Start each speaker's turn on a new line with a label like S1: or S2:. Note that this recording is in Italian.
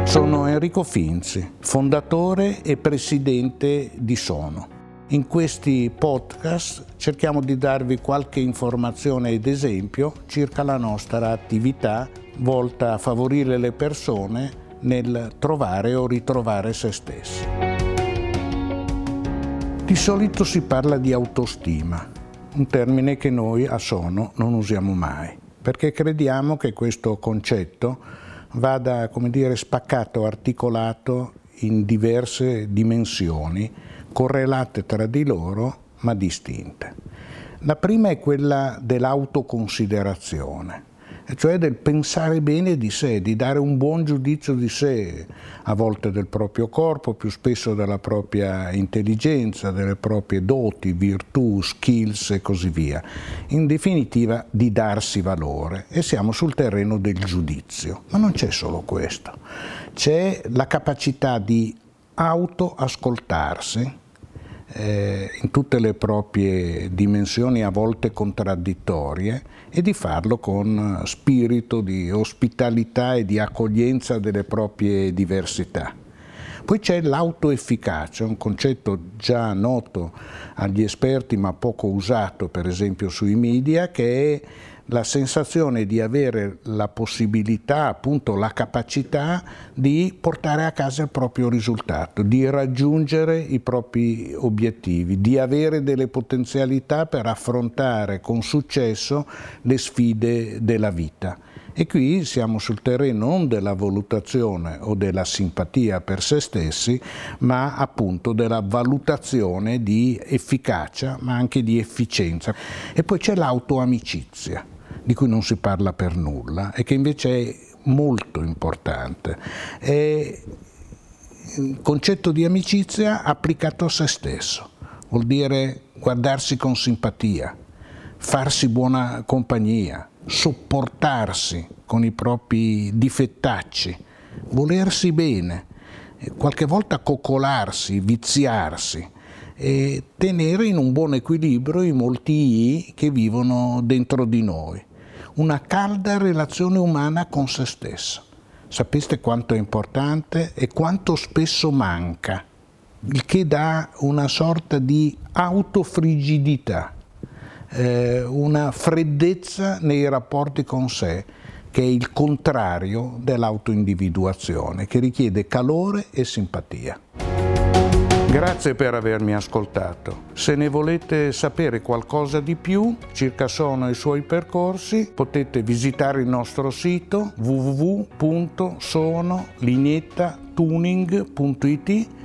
S1: Sono Enrico Finzi, fondatore e presidente di Sono. In questi podcast cerchiamo di darvi qualche informazione ed esempio circa la nostra attività volta a favorire le persone nel trovare o ritrovare se stessi. Di solito si parla di autostima, un termine che noi a Sono non usiamo mai, perché crediamo che questo concetto vada, spaccato, articolato in diverse dimensioni, correlate tra di loro ma distinte. La prima è quella dell'autoconsiderazione, cioè del pensare bene di sé, di dare un buon giudizio di sé, a volte del proprio corpo, più spesso della propria intelligenza, delle proprie doti, virtù, skills e così via. In definitiva, di darsi valore, e siamo sul terreno del giudizio. Ma non c'è solo questo, c'è la capacità di autoascoltarsi in tutte le proprie dimensioni a volte contraddittorie e di farlo con spirito di ospitalità e di accoglienza delle proprie diversità. Poi c'è l'autoefficacia, un concetto già noto agli esperti ma poco usato per esempio sui media, che è la sensazione di avere la possibilità, appunto la capacità di portare a casa il proprio risultato, di raggiungere i propri obiettivi, di avere delle potenzialità per affrontare con successo le sfide della vita. E qui siamo sul terreno non della valutazione o della simpatia per se stessi, ma appunto della valutazione di efficacia, ma anche di efficienza. E poi c'è l'autoamicizia, di cui non si parla per nulla e che invece è molto importante. È il concetto di amicizia applicato a se stesso, vuol dire guardarsi con simpatia, farsi buona compagnia, sopportarsi con i propri difettacci, volersi bene, qualche volta coccolarsi, viziarsi e tenere in un buon equilibrio i molti io che vivono dentro di noi. Una calda relazione umana con se stesso. Sapete quanto è importante e quanto spesso manca, il che dà una sorta di autofrigidità, una freddezza nei rapporti con sé, che è il contrario dell'autoindividuazione, che richiede calore e simpatia. Grazie per avermi ascoltato. Se ne volete sapere qualcosa di più circa Sono e i suoi percorsi, potete visitare il nostro sito www.sonoliniettatuning.it